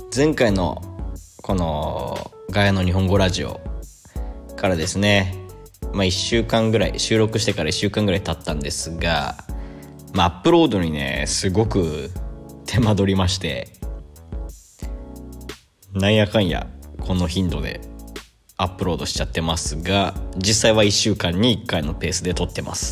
前回のこのガヤの日本語ラジオからですね、1週間ぐらい収録してから1週間ぐらい経ったんですが、アップロードにねすごく手間取りまして、なんやかんやこの頻度でアップロードしちゃってますが、実際は1週間に1回のペースで撮ってます。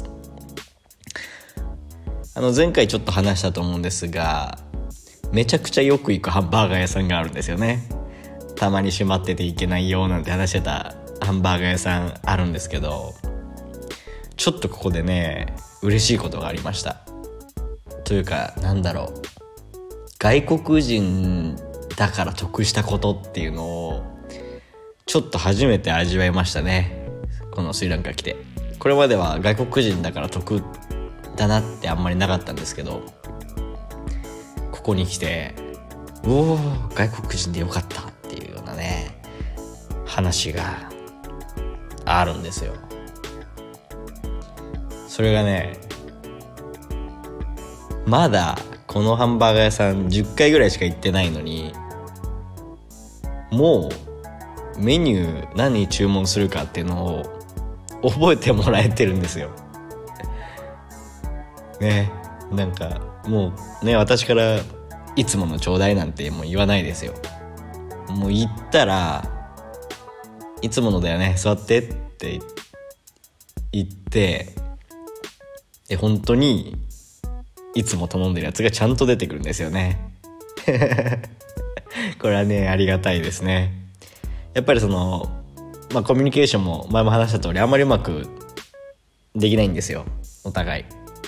前回ちょっと話したと思うんですが、めちゃくちゃよく行くハンバーガー屋さんがあるんですよね。たまに閉まってていけないよなんて話してたハンバーガー屋さんあるんですけど、ちょっとここでね嬉しいことがありました。というか外国人だから得したことっていうのをちょっと初めて味わいましたね、このスリランカ来て。これまでは外国人だから得だなってあんまりなかったんですけど、ここに来て外国人でよかったっていうようなね話があるんですよ。それがね、まだこのハンバーガー屋さん10回ぐらいしか行ってないのに、もうメニュー何注文するかっていうのを覚えてもらえてるんですよね。もうね、私からいつものちょうだいなんてもう言わないですよ。もう言ったらいつものだよね、座ってって言って、本当にいつも頼んでるやつがちゃんと出てくるんですよねこれはねありがたいですね。やっぱりコミュニケーションも前も話した通りあんまりうまくできないんですよ、お互い。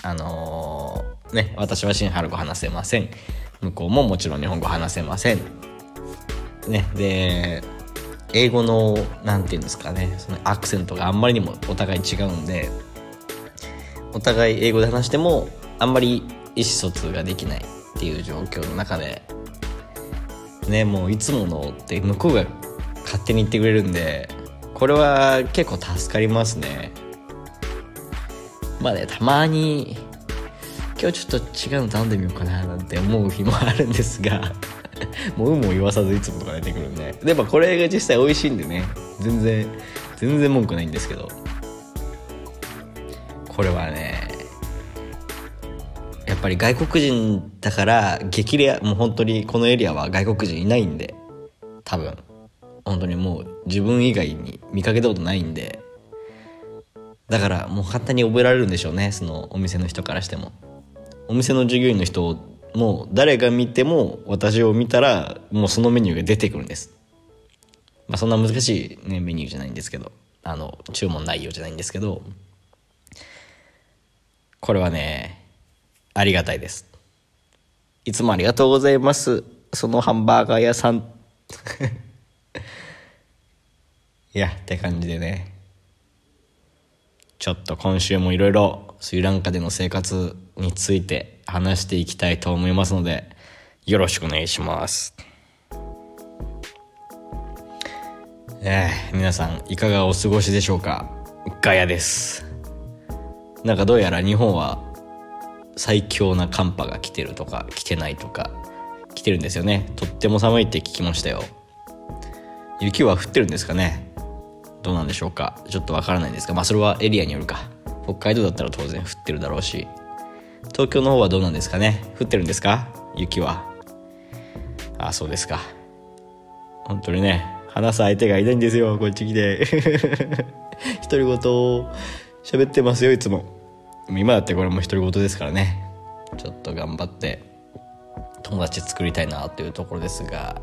私は新春語話せません、向こうももちろん日本語話せませんね。で英語のなんていうんですかね、そのアクセントがあんまりにもお互い違うんで、お互い英語で話してもあんまり意思疎通ができないっていう状況の中でね、もういつものって向こうが勝手に言ってくれるんで、これは結構助かりますね。たまに今日ちょっと違うの頼んでみようかななんて思う日もあるんですがもうも言わさずいつもとか出てくるんで、でもこれが実際美味しいんでね、全然文句ないんですけど、これはねやっぱり外国人だから激レア、もう本当にこのエリアは外国人いないんで、多分本当にもう自分以外に見かけたことないんで、だからもう簡単に覚えられるんでしょうね、そのお店の人からしても。お店の従業員の人も誰が見ても私を見たらもうそのメニューが出てくるんです。そんな難しい、メニューじゃないんですけど、注文内容じゃないんですけど、これはねありがたいです。いつもありがとうございます、そのハンバーガー屋さんいやって感じでね、ちょっと今週もいろいろスリランカでの生活について話していきたいと思いますので、よろしくお願いします。皆さんいかがお過ごしでしょうか。ガヤです。どうやら日本は最強な寒波が来てるとか来てないとか来てるんですよね。とっても寒いって聞きましたよ。雪は降ってるんですかね、どうなんでしょうか、ちょっとわからないんですが、それはエリアによるか。北海道だったら当然降ってるだろうし、東京の方はどうなんですかね、降ってるんですか雪は。そうですか。本当にね話す相手がいないんですよ、こっち来て独り言を喋ってますよいつも。今だってこれも独り言ですからね、ちょっと頑張って友達作りたいなというところですが、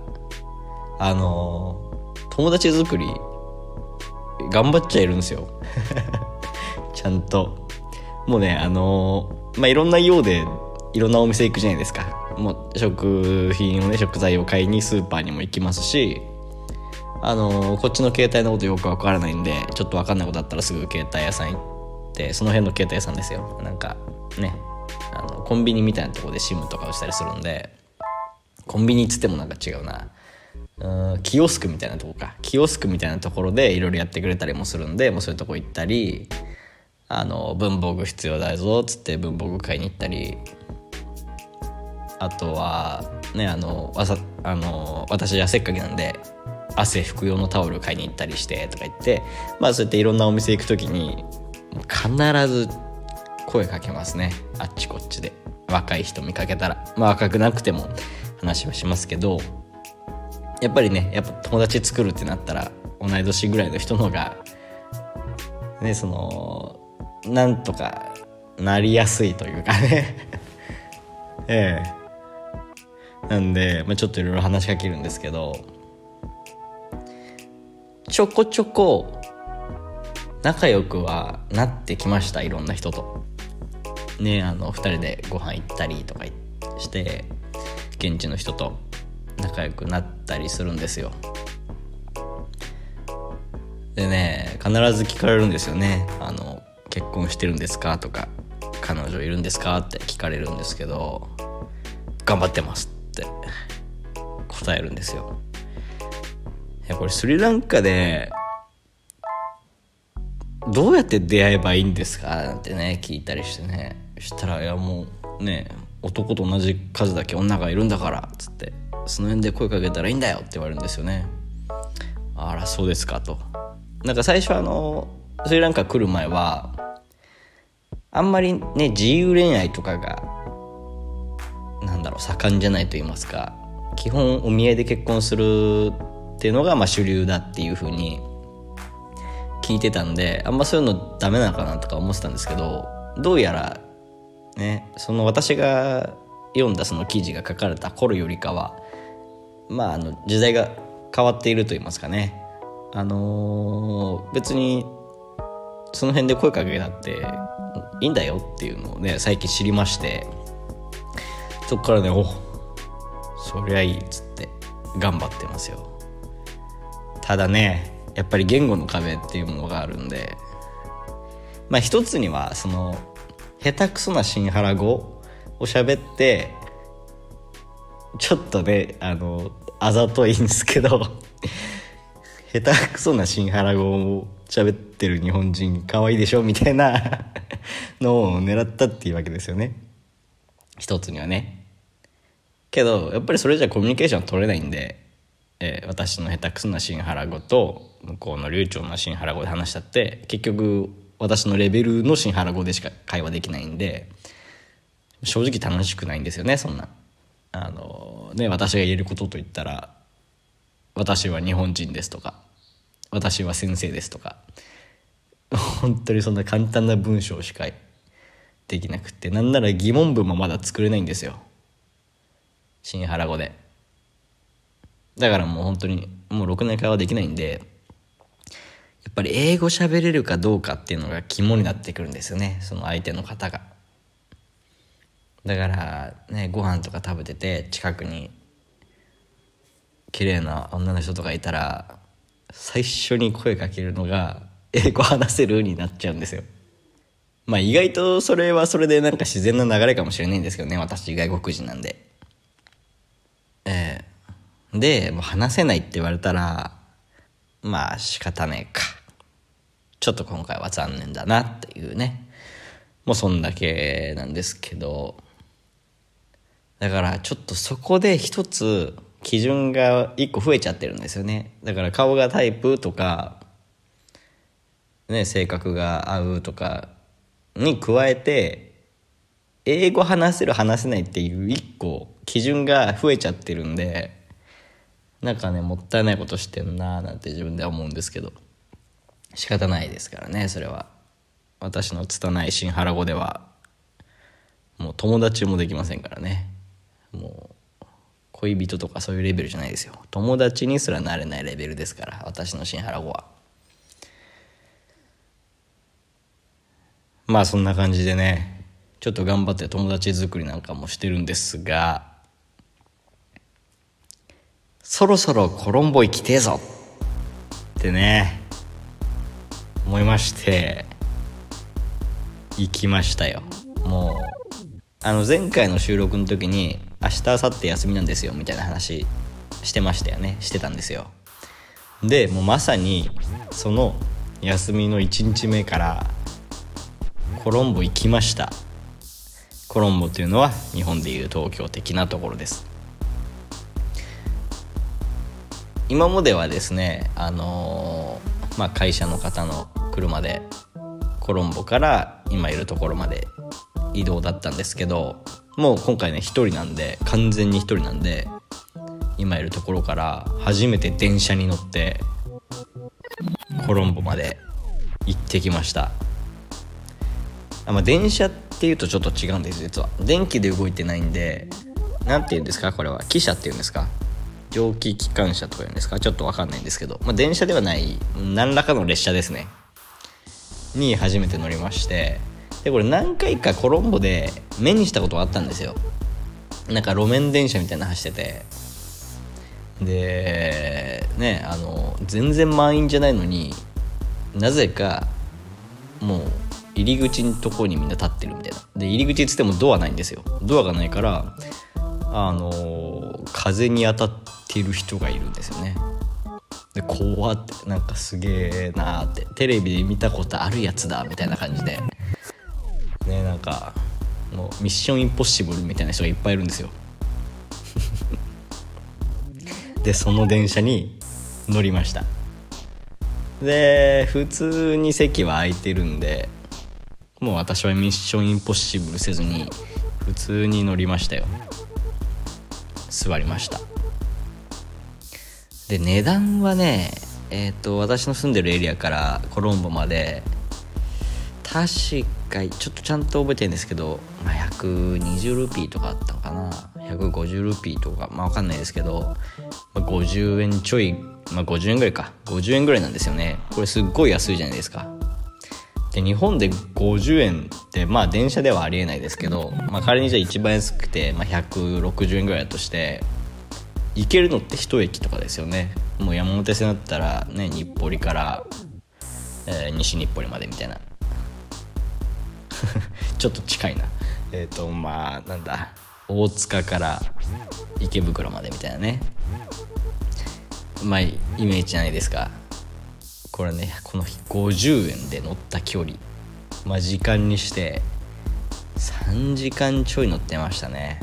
友達作り頑張っちゃいるんですよちゃんともうねいろんな用でいろんなお店行くじゃないですか。もう食品をね、食材を買いにスーパーにも行きますし、こっちの携帯のことよくわからないんで、ちょっとわかんないことあったらすぐ携帯屋さん行って、その辺の携帯屋さんですよ、コンビニみたいなところで SIM とかをしたりするんで、コンビニっつっても違うな、キオスクみたいなとこか、キオスクみたいなところでいろいろやってくれたりもするんで、もうそういうとこ行ったり、文房具必要だぞっつって文房具買いに行ったり、あとはね私汗っかきなんで汗拭く用のタオル買いに行ったりしてとか言って、そうやっていろんなお店行くときに必ず声かけますね。あっちこっちで若い人見かけたら、若くなくても話はしますけど、やっぱり友達作るってなったら同い年ぐらいの人の方がね、なんとかなりやすいというかねなんで、ちょっといろいろ話しかけるんですけど、ちょこちょこ仲良くはなってきました。いろんな人とね、2人でご飯行ったりとかして現地の人と仲良くなったりするんですよ。でね、必ず聞かれるんですよね。結婚してるんですかとか、彼女いるんですかって聞かれるんですけど、頑張ってますって答えるんですよ。これスリランカでどうやって出会えばいいんですかなんてね聞いたりしてね、したらもうね、男と同じ数だけ女がいるんだからつって、その辺で声かけたらいいんだよって言われるんですよね。あらそうですかと。最初スリランカ来る前はあんまりね自由恋愛とかが盛んじゃないと言いますか、基本お見合いで結婚するっていうのが主流だっていう風に聞いてたんで、あんまそういうのダメなのかなとか思ってたんですけど、どうやらね、私が読んだその記事が書かれた頃よりかは時代が変わっていると言いますかね、別にその辺で声かけたっていいんだよっていうのをね最近知りまして、そっからねそりゃいいっつって頑張ってますよ。ただね、やっぱり言語の壁っていうものがあるんで、一つには下手くそなシンハラ語を喋ってちょっとねあざといんですけど下手くそなシンハラ語を喋ってる日本人可愛いでしょみたいなのを狙ったっていうわけですよね。一つにはね。けどやっぱりそれじゃコミュニケーション取れないんで、私の下手くそなシンハラ語と向こうの流暢なシンハラ語で話したって結局私のレベルのシンハラ語でしか会話できないんで、正直楽しくないんですよね。そんな私が言えることといったら、私は日本人ですとか、私は先生ですとか、本当にそんな簡単な文章しかできなくって、なんなら疑問文もまだ作れないんですよ、シンハラ語で。だからもう本当にもうろくな会話できないんで、やっぱり英語喋れるかどうかっていうのが肝になってくるんですよね、その相手の方が。だからね、ご飯とか食べてて近くに綺麗な女の人とかいたら最初に声かけるのが英語話せるになっちゃうんですよ。意外とそれはそれで自然な流れかもしれないんですけどね、私外国人なんで。でもう話せないって言われたら仕方ねえか、ちょっと今回は残念だなっていうね、もうそんだけなんですけど、だからちょっとそこで一つ基準が一個増えちゃってるんですよね。だから顔がタイプとかね、性格が合うとかに加えて、英語話せる話せないっていう一個基準が増えちゃってるんで、もったいないことしてんななんて自分では思うんですけど、仕方ないですからね。それは私の拙いシンハラ語ではもう友達もできませんからね。もう恋人とかそういうレベルじゃないですよ。友達にすらなれないレベルですから、私のシンハラ語は。そんな感じでね、ちょっと頑張って友達作りなんかもしてるんですが、そろそろコロンボ行きてえぞってね思いまして、行きましたよ。もう前回の収録の時に明日明後日休みなんですよみたいな話してましたよね。してたんですよ。でもうまさにその休みの1日目からコロンボ行きました。コロンボというのは日本でいう東京的なところです。 今まではですね会社の方の車でコロンボから今いるところまで移動だったんですけど、もう今回ね完全に一人なんで、今いるところから初めて電車に乗ってコロンボまで行ってきました。電車っていうとちょっと違うんです。実は電気で動いてないんで、なんていうんですか、これは汽車っていうんですか、蒸気機関車とかいうんですか、ちょっと分かんないんですけど、電車ではない何らかの列車ですねに初めて乗りまして、でこれ何回かコロンボで目にしたことがあったんですよ。なんか路面電車みたいなの走ってて、でね全然満員じゃないのになぜかもう入り口のところにみんな立ってるみたいな。で入り口っつってもドアないんですよ。ドアがないから風に当たっている人がいるんですよね。で怖って、なんかすげえなーって、テレビで見たことあるやつだみたいな感じでね、なんかもうミッションインポッシブルみたいな人がいっぱいいるんですよでその電車に乗りました。で普通に席は空いてるんで、もう私はミッションインポッシブルせずに普通に乗りましたよ。座りました。で値段はね、私の住んでるエリアからコロンボまで確かちょっとちゃんと覚えてるんですけど、120ルピーとかあったのかな、150ルピーとか分かんないですけど、50円ちょい、50円ぐらいか、50円ぐらいなんですよね。これすっごい安いじゃないですか。で日本で50円って電車ではありえないですけど、仮にじゃあ一番安くて、160円ぐらいだとして行けるのって一駅とかですよね。もう山手線だったらね、日暮里から、西日暮里までみたいなちょっと近いな。なんだ、大塚から池袋までみたいなね、イメージじゃないですか。これね、この日50円で乗った距離、時間にして3時間ちょい乗ってましたね。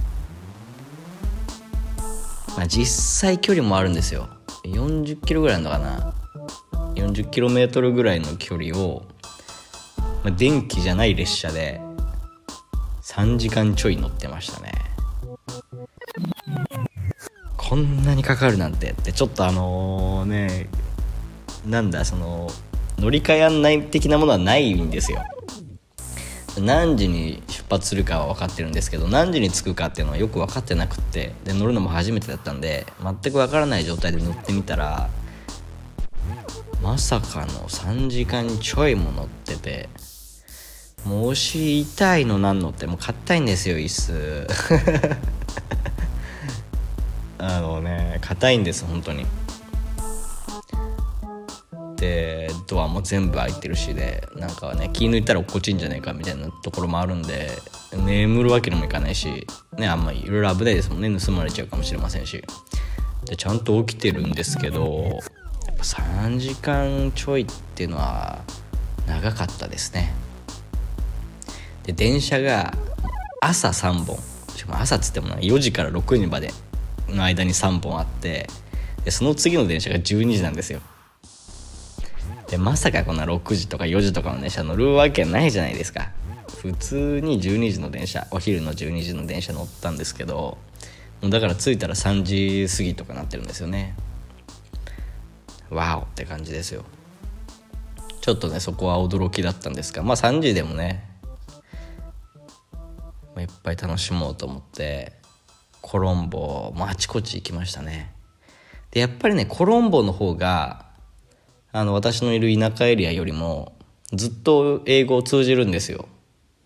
実際距離もあるんですよ。40キロぐらいあるのかな、40キロメートルぐらいの距離を、電気じゃない列車で3時間ちょい乗ってましたね。こんなにかかるなんてってちょっとなんだ、その乗り換え案内的なものはないんですよ。何時に出発するかは分かってるんですけど、何時に着くかっていうのはよく分かってなくって、で乗るのも初めてだったんで全く分からない状態で乗ってみたら、まさかの3時間ちょいも乗ってて、もうお尻痛いのなんのって、もう硬いんですよ椅子硬いんです本当に。でドアも全部開いてるしで、なんかね、気抜いたら落っこちんじゃねえかみたいなところもあるんで、眠るわけにもいかないしね、あんまりいろいろ危ないですもんね、盗まれちゃうかもしれませんし。でちゃんと起きてるんですけど、やっぱ3時間ちょいっていうのは長かったですね。で電車が朝3本、しかも朝っつっても4時から6時までの間に3本あって、でその次の電車が12時なんですよ。でまさかこんな6時とか4時とかの電車乗るわけないじゃないですか。普通に12時の電車、お昼の12時の電車乗ったんですけど、もうだから着いたら3時過ぎとかなってるんですよね。ワオって感じですよ。ちょっとねそこは驚きだったんですが、3時でもね、いっぱい楽しもうと思ってコロンボあちこち行きましたね。でやっぱりね、コロンボの方が私のいる田舎エリアよりもずっと英語を通じるんですよ。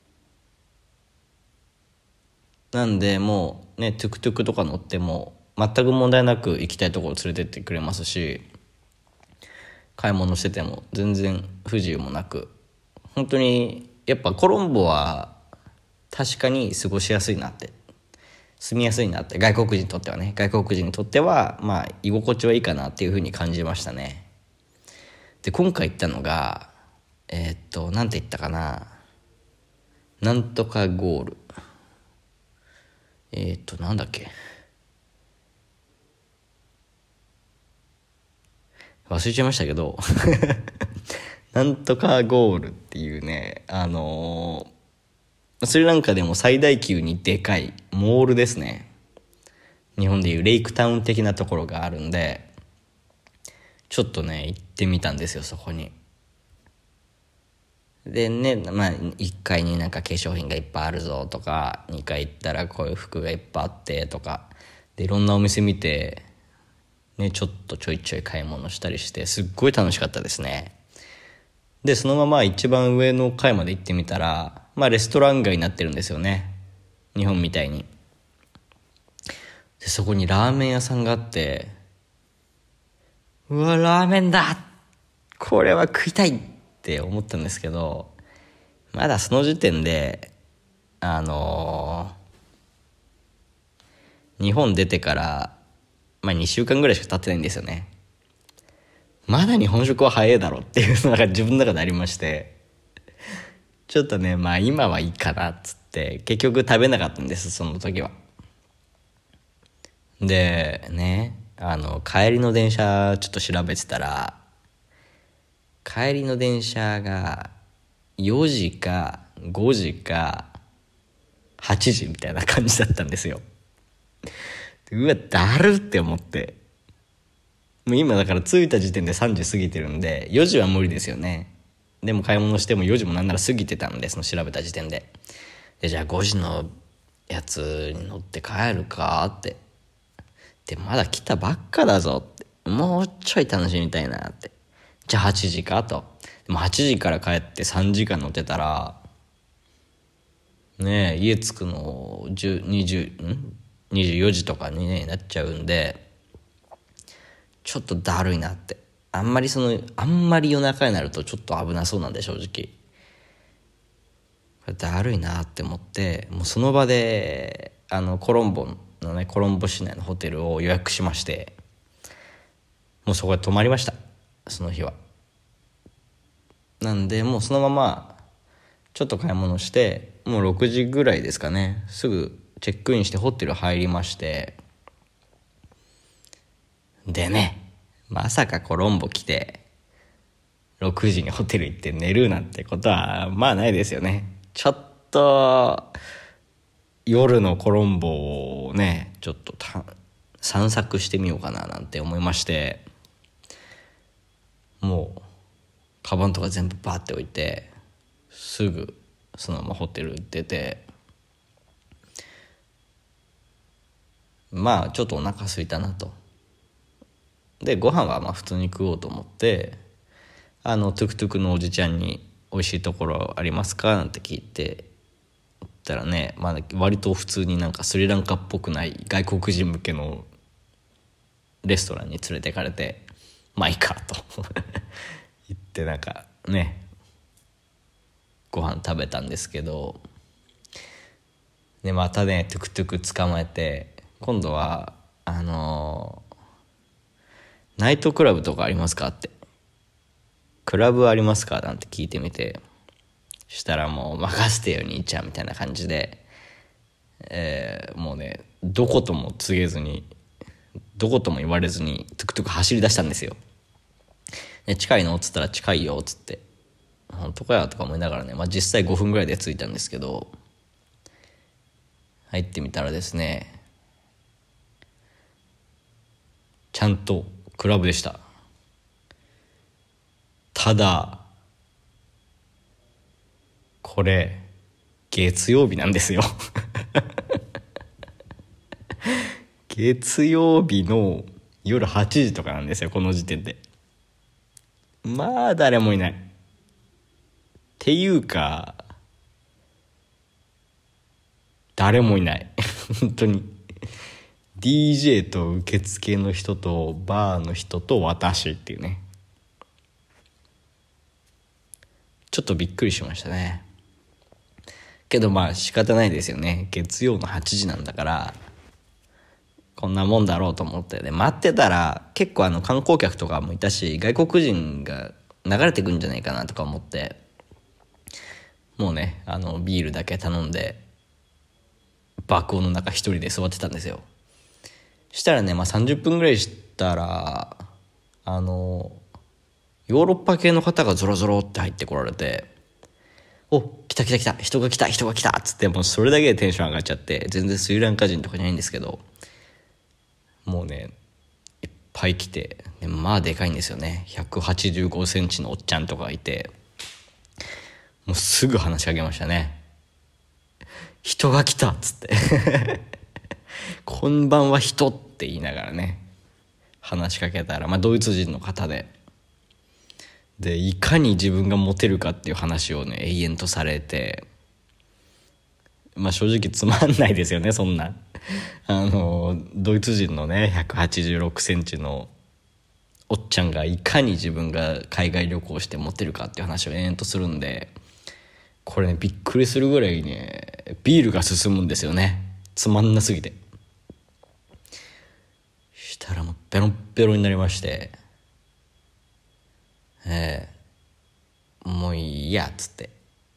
なんでもうね、トゥクトゥクとか乗っても全く問題なく行きたいところ連れてってくれますし、買い物してても全然不自由もなく、本当にやっぱコロンボは確かに過ごしやすいなって、住みやすいなって、外国人にとってはね、外国人にとっては居心地はいいかなっていう風に感じましたね。で今回行ったのがなんて言ったかな、なんとかゴール、なんだっけ、 忘れちゃいましたけどなんとかゴールっていうね、スリランカでも最大級にでかいモールですね。日本でいうレイクタウン的なところがあるんで、ちょっとね行ってみたんですよ、そこに。でね、1階になんか化粧品がいっぱいあるぞとか、2階行ったらこういう服がいっぱいあってとかで、いろんなお店見てね、ちょっとちょいちょい買い物したりして、すっごい楽しかったですね。でそのまま一番上の階まで行ってみたら、レストラン街になってるんですよね、日本みたいに。でそこにラーメン屋さんがあって、うわラーメンだ、これは食いたいって思ったんですけど、まだその時点で日本出てから2週間ぐらいしか経ってないんですよね。まだ日本食は早いだろっていうのが自分の中でありまして、ちょっとね今はいいかなっつって結局食べなかったんです、その時は。でね、帰りの電車ちょっと調べてたら、帰りの電車が4時か5時か8時みたいな感じだったんですよ。うわだるって思って、もう今だから着いた時点で3時過ぎてるんで4時は無理ですよね。でも買い物しても4時もなんなら過ぎてたんで、その調べた時点で。でじゃあ5時のやつに乗って帰るかって、でまだ来たばっかだぞって、もうちょい楽しみたいなって、じゃあ8時かと。でも8時から帰って3時間乗ってたらねえ、家着くの24時とかに、ね、なっちゃうんで、ちょっとだるいなって。あんまり夜中になるとちょっと危なそうなんで、正直だるいなって思って、もうその場でコロンボ市内のホテルを予約しまして、もうそこで泊まりました、その日は。なんでもうそのままちょっと買い物して、もう6時ぐらいですかね、すぐチェックインしてホテル入りまして、でね、まさかコロンボ来て6時にホテル行って寝るなんてことはないですよね。ちょっと夜のコロンボをねちょっと散策してみようかななんて思いまして、もうカバンとか全部バーって置いて、すぐそのままホテル行ってて、ちょっとお腹空いたなと。でご飯は普通に食おうと思って、トゥクトゥクのおじちゃんに美味しいところありますかなんて聞いて言ったらね、割と普通になんかスリランカっぽくない外国人向けのレストランに連れてかれて、いいかと言ってなんかねご飯食べたんですけど、でまたねトゥクトゥク捕まえて、今度はナイトクラブとかありますかって、クラブありますかなんて聞いてみて、したらもう任せてよ兄ちゃんみたいな感じで、もうねどことも告げずにどことも言われずにトゥクトゥク走り出したんですよ。で近いのっつったら近いよっつって、本当かよとか思いながらね、実際5分ぐらいで着いたんですけど、入ってみたらですね、ちゃんとクラブでした。ただこれ月曜日なんですよ月曜日の夜8時とかなんですよ、この時点で。誰もいないっていうか、誰もいない本当に DJ と受付の人とバーの人と私っていうね、ちょっとびっくりしましたね。けど仕方ないですよね、月曜の8時なんだからこんなもんだろうと思って、で待ってたら結構観光客とかもいたし、外国人が流れてくんじゃないかなとか思って、もうねビールだけ頼んで爆音の中一人で座ってたんですよ。したらね30分ぐらいしたらヨーロッパ系の方がゾロゾロって入ってこられて、お、来た来た来た、人が来た人が来たっつって、もうそれだけでテンション上がっちゃって、全然スリランカ人とかじゃないんですけど、もうねいっぱい来て、でまあでかいんですよね。185センチのおっちゃんとかがいて、もうすぐ話しかけましたね。人が来たっつってこんばんは人って言いながらね話しかけたら、ドイツ人の方でいかに自分がモテるかっていう話をね永遠とされて、正直つまんないですよね、そんなドイツ人のね186センチのおっちゃんがいかに自分が海外旅行してモテるかっていう話を延々とするんで、これねびっくりするぐらいねビールが進むんですよね、つまんなすぎて。したらもうベロンベロンになりまして、もういいやっつって、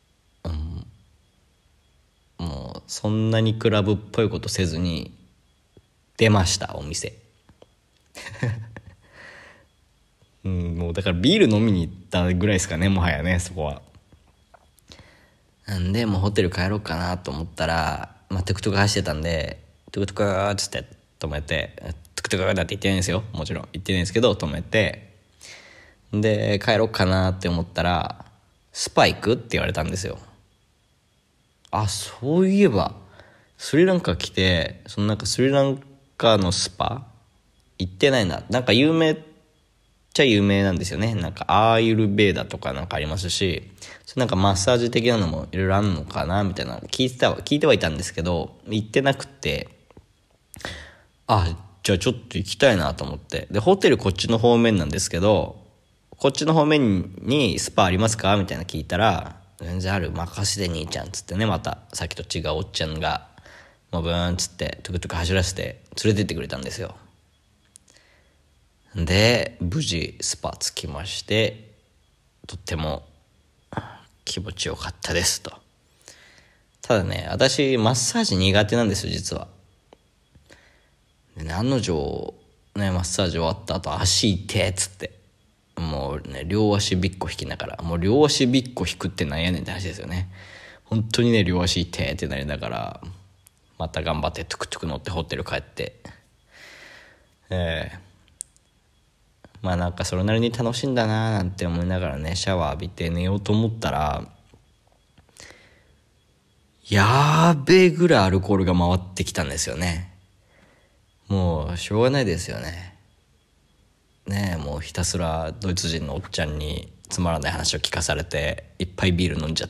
もうそんなにクラブっぽいことせずに出ました、お店もうだからビール飲みに行ったぐらいですかね、もはやね、そこは。なんでもうホテル帰ろうかなと思ったら、トゥクトゥク走ってたんで、トゥクトゥクーっつって止めて、トゥクトゥクーだって言ってないんですよ、もちろん言ってないんですけど、止めて、で帰ろうかなって思ったら、スパ行くって言われたんですよ。あ、そういえばスリランカ来て、そのなんかスリランカのスパ行ってないな。なんか有名っちゃ有名なんですよね。なんかアーユルベーダとかなんかありますし、なんかマッサージ的なのもいろいろあるのかなみたいな聞いてはいたんですけど、行ってなくて、あ、じゃあちょっと行きたいなと思って、でホテルこっちの方面なんですけど、こっちの方面にスパありますかみたいな聞いたら、全然ある、任せて兄ちゃんっつってね、またさっきと違うおっちゃんがもうブーンっつってトゥクトゥク走らせて連れてってくれたんですよ。で無事スパ着きまして、とっても気持ちよかったですと。ただね、私マッサージ苦手なんですよ、実は。で案の定ね、マッサージ終わった後足痛えっつって、もうね両足びっこ引きながら、もう両足びっこ引くってなんやねんって話ですよね。本当にね両足痛えってなりながら、また頑張ってトゥクトゥク乗ってホテル帰って、なんかそれなりに楽しいんだななんて思いながらね、シャワー浴びて寝ようと思ったら、やーべえぐらいアルコールが回ってきたんですよね。もうしょうがないですよね。ねえ、もうひたすらドイツ人のおっちゃんにつまらない話を聞かされて、いっぱいビール飲んじゃって、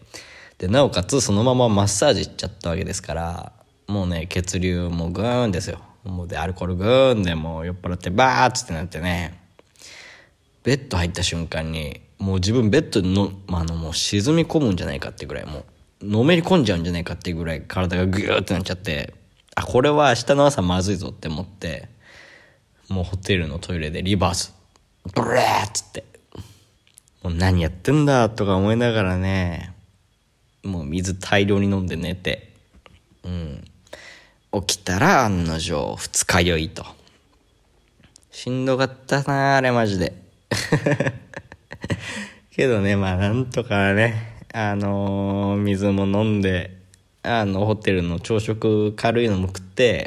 でなおかつそのままマッサージ行っちゃったわけですから、もうね血流もグーンですよ。もうでアルコールグーンでもう酔っ払ってバーッつってなってね、ベッド入った瞬間にもう自分ベッドの、もう沈み込むんじゃないかっていうぐらい、もうのめり込んじゃうんじゃないかっていうぐらい体がグーってなっちゃって、あ、これは明日の朝まずいぞって思って、もうホテルのトイレでリバースブレーっつって、もう何やってんだとか思いながらね、もう水大量に飲んで寝て、起きたら案の定二日酔いと。しんどかったなあれマジでけどね、なんとかね、水も飲んで、ホテルの朝食軽いのも食って、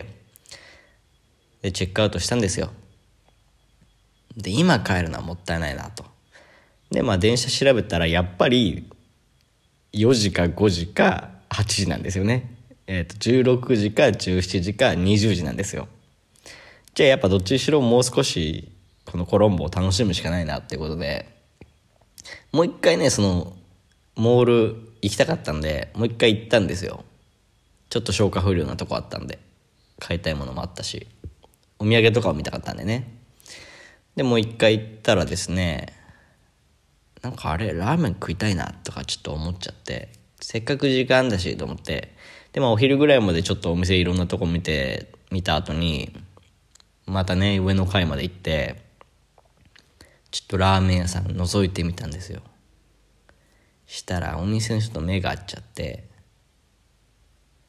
でチェックアウトしたんですよ。で今帰るのはもったいないなと。で電車調べたらやっぱり4時か5時か8時なんですよね。16時か17時か20時なんですよ。じゃあやっぱどっちにしろもう少しこのコロンボを楽しむしかないなってことで、もう一回ねそのモール行きたかったんで、もう一回行ったんですよ。ちょっと消化不良なとこあったんで、買いたいものもあったし、お土産とかを見たかったんでね。でもう一回行ったらですね、なんかあれラーメン食いたいなとかちょっと思っちゃって、せっかく時間だしと思って、でお昼ぐらいまでちょっとお店いろんなとこ見た後にまたね上の階まで行って、ちょっとラーメン屋さん覗いてみたんですよ。したらお店の人と目が合っちゃって、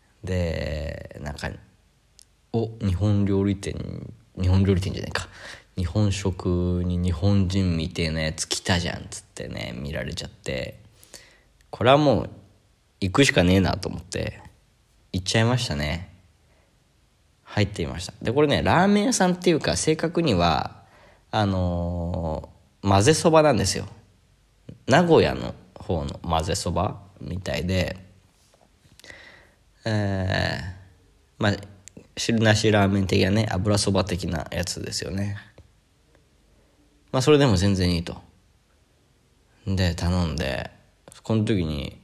でなんか日本料理店じゃないか、 日本食に日本人みてえなやつ来たじゃんっつってね見られちゃって、これはもう行くしかねえなと思って行っちゃいましたね。入っていました。でこれねラーメン屋さんっていうか正確には混ぜそばなんですよ。名古屋の方の混ぜそばみたいで、まあ汁なしラーメン的なね油そば的なやつですよね。まあそれでも全然いいと。で頼んで、この時に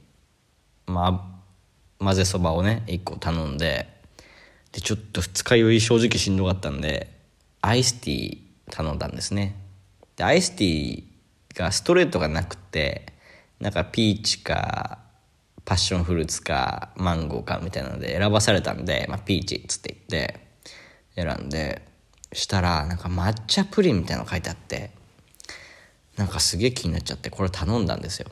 混ぜそばをね1個頼んで、ちょっと二日酔い正直しんどかったんでアイスティー頼んだんですね。でアイスティーがストレートがなくて、なんかピーチかパッションフルーツかマンゴーかみたいなので選ばされたんで、ピーチっつって言って選んで、したらなんか抹茶プリンみたいなの書いてあって、なんかすげえ気になっちゃってこれ頼んだんですよ。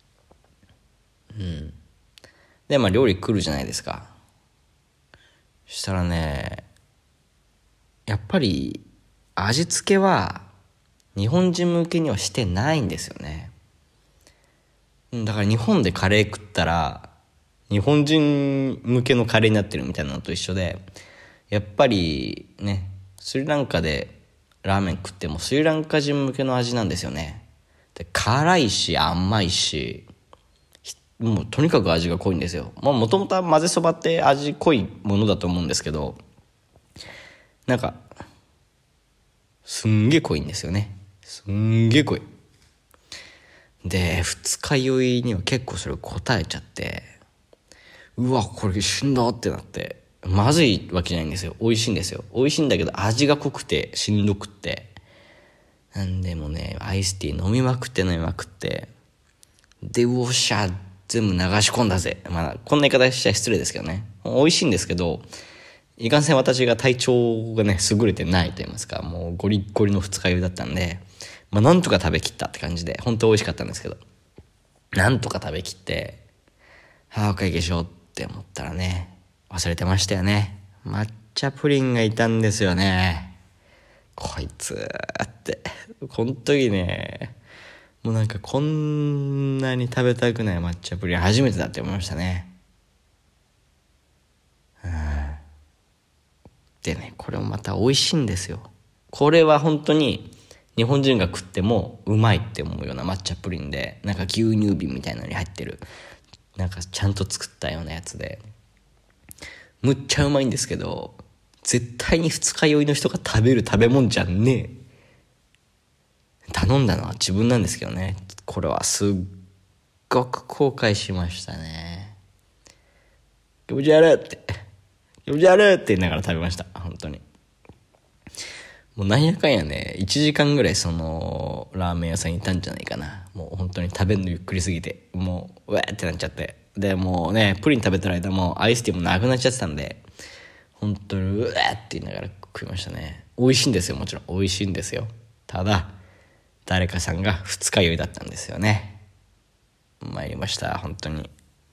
で料理来るじゃないですか。したらね、やっぱり味付けは日本人向けにはしてないんですよね。だから日本でカレー食ったら日本人向けのカレーになってるみたいなのと一緒で、やっぱりねスリランカでラーメン食ってもスリランカ人向けの味なんですよね。で辛いし甘いし、もうとにかく味が濃いんですよ。もともとは混ぜそばって味濃いものだと思うんですけど、なんかすんげえ濃いんですよね。すんげえ濃いで、二日酔いには結構それ応えちゃって、うわこれしんどってなって、まずいわけじゃないんですよ。美味しいんですよ。美味しいんだけど味が濃くてしんどくって、なんでもねアイスティー飲みまくってで、うおっしゃ全部流し込んだぜ。こんな言い方しちゃ失礼ですけどね、美味しいんですけど、いかんせん私が体調がね優れてないと言いますか、もうゴリッゴリの二日酔いだったんで、なんとか食べきったって感じで、本当美味しかったんですけど、なんとか食べきって、お会計しようって思ったらね、忘れてましたよね。抹茶プリンがいたんですよね。こいつって、この時ね、もうなんかこんなに食べたくない抹茶プリン初めてだって思いましたね。でね、これもまた美味しいんですよ。これは本当に日本人が食ってもうまいって思うような抹茶プリンで、なんか牛乳瓶みたいなのに入ってる、なんかちゃんと作ったようなやつで、むっちゃうまいんですけど、絶対に二日酔いの人が食べる食べ物じゃねえ。頼んだのは自分なんですけどね、これはすっごく後悔しましたね。気持ち悪いって気持ち悪いって言いながら食べました。本当にもうなんやかんやね1時間ぐらいそのラーメン屋さんにいたんじゃないかな。もう本当に食べるのゆっくりすぎて、もううわーってなっちゃって、でもうねプリン食べてる間もアイスティーもなくなっちゃってたんで、本当にうわーって言いながら食いましたね。美味しいんですよ、もちろん美味しいんですよ。ただ誰かさんが二日酔いだったんですよね。参りました本当に。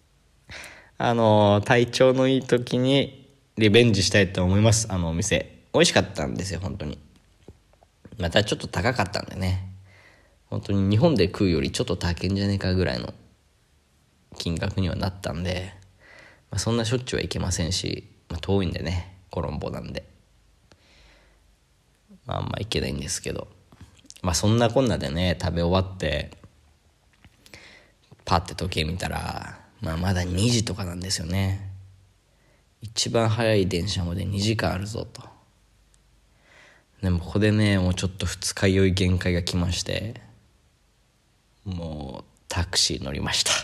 体調のいい時にリベンジしたいと思います。お店美味しかったんですよ本当に。またちょっと高かったんでね、本当に日本で食うよりちょっと高いんじゃねえかぐらいの金額にはなったんで、そんなしょっちゅうはいけませんし、遠いんでね、コロンボなんであんま行けないんですけど、そんなこんなでね食べ終わってパッて時計見たら、まだ2時とかなんですよね。一番早い電車まで2時間あるぞと。でもここでねもうちょっと二日酔い限界が来まして、もうタクシー乗りました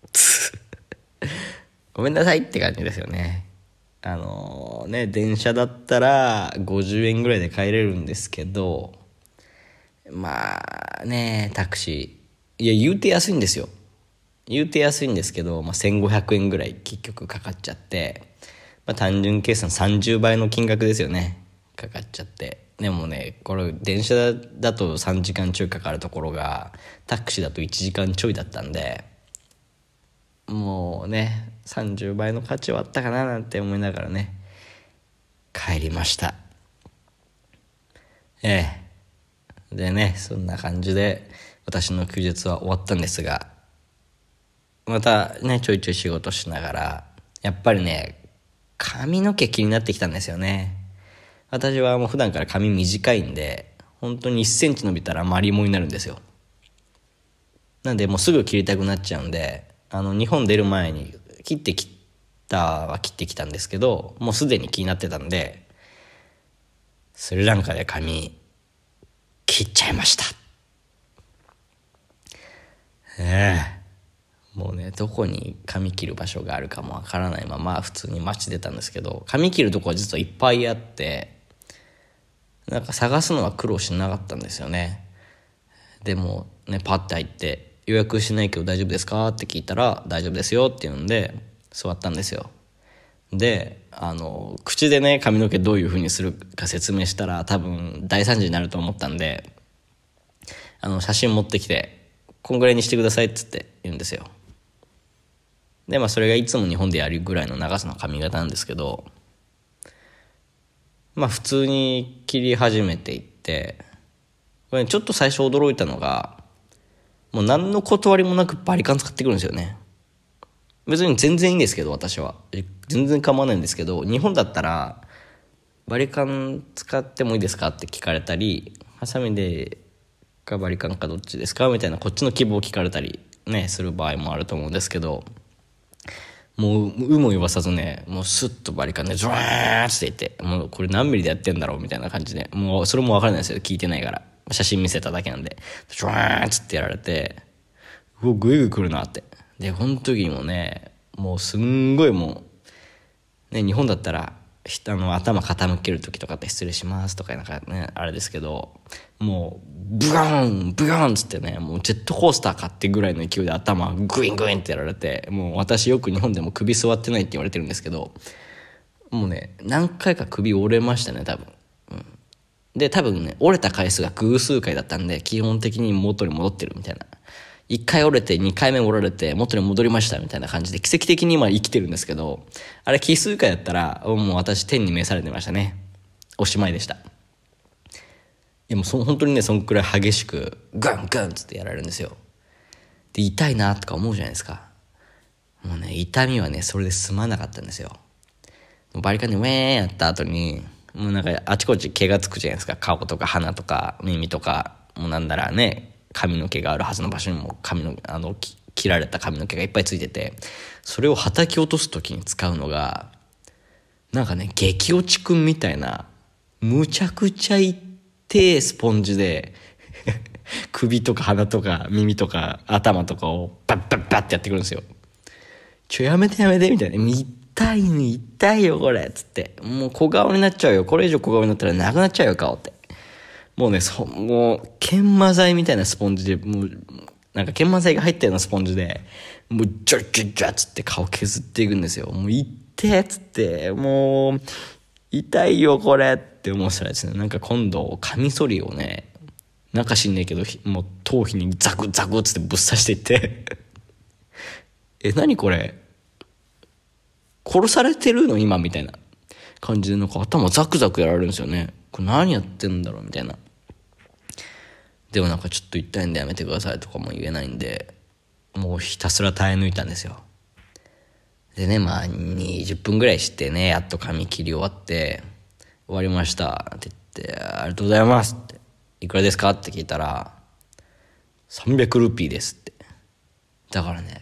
ごめんなさいって感じですよね。電車だったら50円ぐらいで帰れるんですけど、タクシー言うて安いんですよ。言うて安いんですけど、1500円ぐらい結局かかっちゃって、単純計算30倍の金額ですよね、かかっちゃって。でもねこれ電車だと3時間ちょいかかるところがタクシーだと1時間ちょいだったんで、もうね30倍の価値はあったかななんて思いながらね帰りました。 でね、そんな感じで私の休日は終わったんですが、またね、ちょいちょい仕事しながら、やっぱりね、髪の毛気になってきたんですよね。私はもう普段から髪短いんで、本当に1センチ伸びたらマリモになるんですよ。なんでもうすぐ切りたくなっちゃうんで、日本出る前に切ってきたんですけど、もうすでに気になってたんで、スリランカで髪切っちゃいました。もうね、どこに髪切る場所があるかもわからないまま普通に街出たんですけど、髪切るとこは実はいっぱいあって、なんか探すのは苦労しなかったんですよね。でもね、パッて入って予約しないけど大丈夫ですかって聞いたら、大丈夫ですよって言うんで座ったんですよ。で、口でね、髪の毛どういう風にするか説明したら多分大惨事になると思ったんで、写真持ってきて、こんぐらいにしてくださいっつって言うんですよ。で、それがいつも日本でやるぐらいの長さの髪型なんですけど、普通に切り始めていって、これちょっと最初驚いたのが、もう何の断りもなくバリカン使ってくるんですよね。別に全然いいんですけど、私は全然構わないんですけど、日本だったらバリカン使ってもいいですかって聞かれたり、ハサミでかバリカンかどっちですかみたいな、こっちの希望を聞かれたりねする場合もあると思うんですけど、もう有無言わさずね、もうスッとバリカンでジュワーッって言って、もうこれ何ミリでやってんだろうみたいな感じで、もうそれも分からないですよ、聞いてないから。写真見せただけなんでジュワーッってやられて、うわグイグイ来るなって。でこの時にもね、もうすんごいもうね、日本だったら頭傾ける時とかって失礼しますとかなんかねあれですけど、もうブガンブガンっつってね、もうジェットコースターかってぐらいの勢いで頭グイングインってやられて、もう私よく日本でも首座ってないって言われてるんですけど、もうね何回か首折れましたね多分、で多分ね折れた回数が偶数回だったんで、基本的に元に戻ってるみたいな、1回折れて2回目折られて元に戻りましたみたいな感じで奇跡的に今生きてるんですけど、あれ奇数回だったらもう私天に召されてましたね。おしまいでした。でも本当にねそんくらい激しくガンガンってやられるんですよ。で痛いなとか思うじゃないですか。もうね痛みはねそれで済まなかったんですよ。バリカンでウェーンやった後にもうなんかあちこち毛がつくじゃないですか。顔とか鼻とか耳とか、もうなんだらね髪の毛があるはずの場所にも切られた髪の毛がいっぱいついてて、それを叩き落とす時に使うのがなんかね激落ちくんみたいなむちゃくちゃ痛いスポンジで首とか鼻とか耳とか頭とかをバッバッバッってやってくるんですよ。やめてやめてみたいな、痛いの痛いよこれっつって、もう小顔になっちゃうよ、これ以上小顔になったらなくなっちゃうよ顔って。もうねもう研磨剤みたいなスポンジで、もうなんか研磨剤が入ったようなスポンジでもうジャッジャッジャッつって顔削っていくんですよ。もう痛ってっつって、もう痛いよこれって思ったらですね、なんか今度カミソリをね、なんか知んねえけどもう頭皮にザクザクっつってぶっ刺していって何これ殺されてるの今みたいな感じで、なんか頭ザクザクやられるんですよね。これ何やってんだろうみたいな。でもなんかちょっと痛いんでやめてくださいとかも言えないんで、もうひたすら耐え抜いたんですよ。でね、20分ぐらいしてね、やっと髪切り終わって終わりましたって言って、ありがとうございますって、いくらですかって聞いたら300ルピーですって。だからね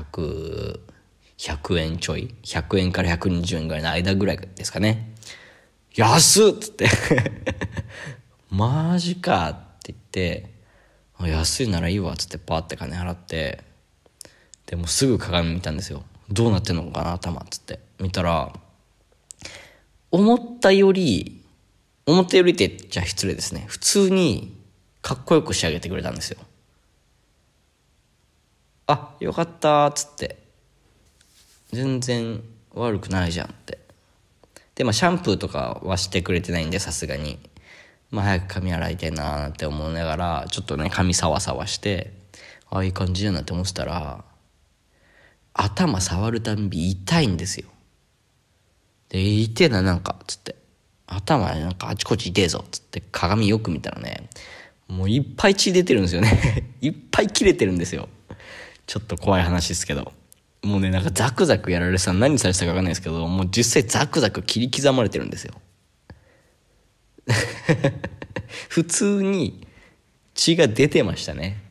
100円ちょい、100円から120円ぐらいの間ぐらいですかね。安っつってマジかって言って、安いならいいわっつってパーって金払って、でもすぐ鏡見たんですよ。どうなってんのかな頭っつって見たら、思ったよりって言っちゃ失礼ですね、普通にかっこよく仕上げてくれたんですよ。あ、よかったっつって、全然悪くないじゃんって。でシャンプーとかはしてくれてないんで、さすがに早く髪洗いたいなーって思いながらちょっとね髪サワサワして、いい感じだなって思ってたら、頭触るたんび痛いんですよ。で痛えななんかつって、頭なんかあちこち痛えぞつって鏡よく見たらね、 もういっぱい血出てるんですよねいっぱい切れてるんですよ。ちょっと怖い話ですけど、もうねなんかザクザクやられてたら何されてたか分かんないですけど、もう実際ザクザク切り刻まれてるんですよ普通に血が出てましたね。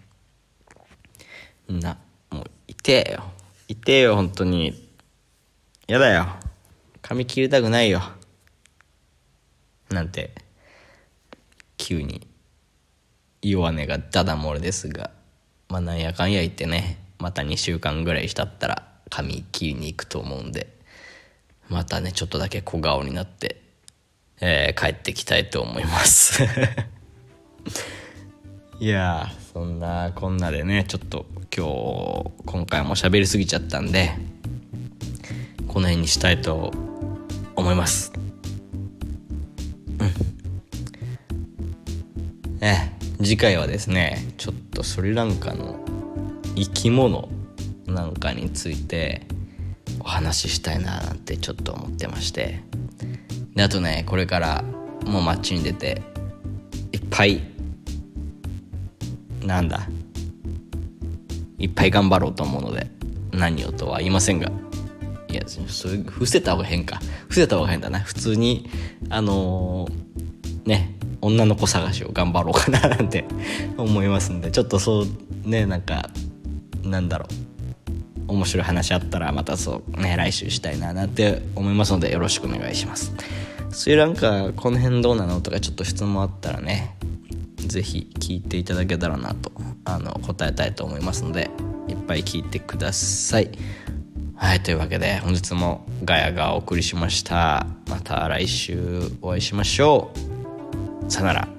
もう痛えよ本当に。やだよ、髪切りたくないよなんて急に弱音がダダ漏れですが、まあなんやかんや言ってね、また2週間ぐらい経ったら髪切りに行くと思うんで、またねちょっとだけ小顔になって、帰ってきたいと思いますいやー、そんなこんなでね、ちょっと今回も喋りすぎちゃったんで、この辺にしたいと思います。次回はですね、ちょっとスリランカの生き物なんかについてお話ししたいななんてちょっと思ってまして、であとね、これからもう街に出ていっぱい頑張ろうと思うので、何をとは言いませんが、いやそれ伏せた方が変だな。普通に女の子探しを頑張ろうかななんて思いますんで、ちょっとそうね、面白い話あったらまた来週したいななんて思いますので、よろしくお願いします。スリランカこの辺どうなのとか、ちょっと質問あったらね、ぜひ聞いていただけたらなと答えたいと思いますので、いっぱい聞いてください。はい、というわけで本日もガヤがお送りしました。また来週お会いしましょう。さよなら。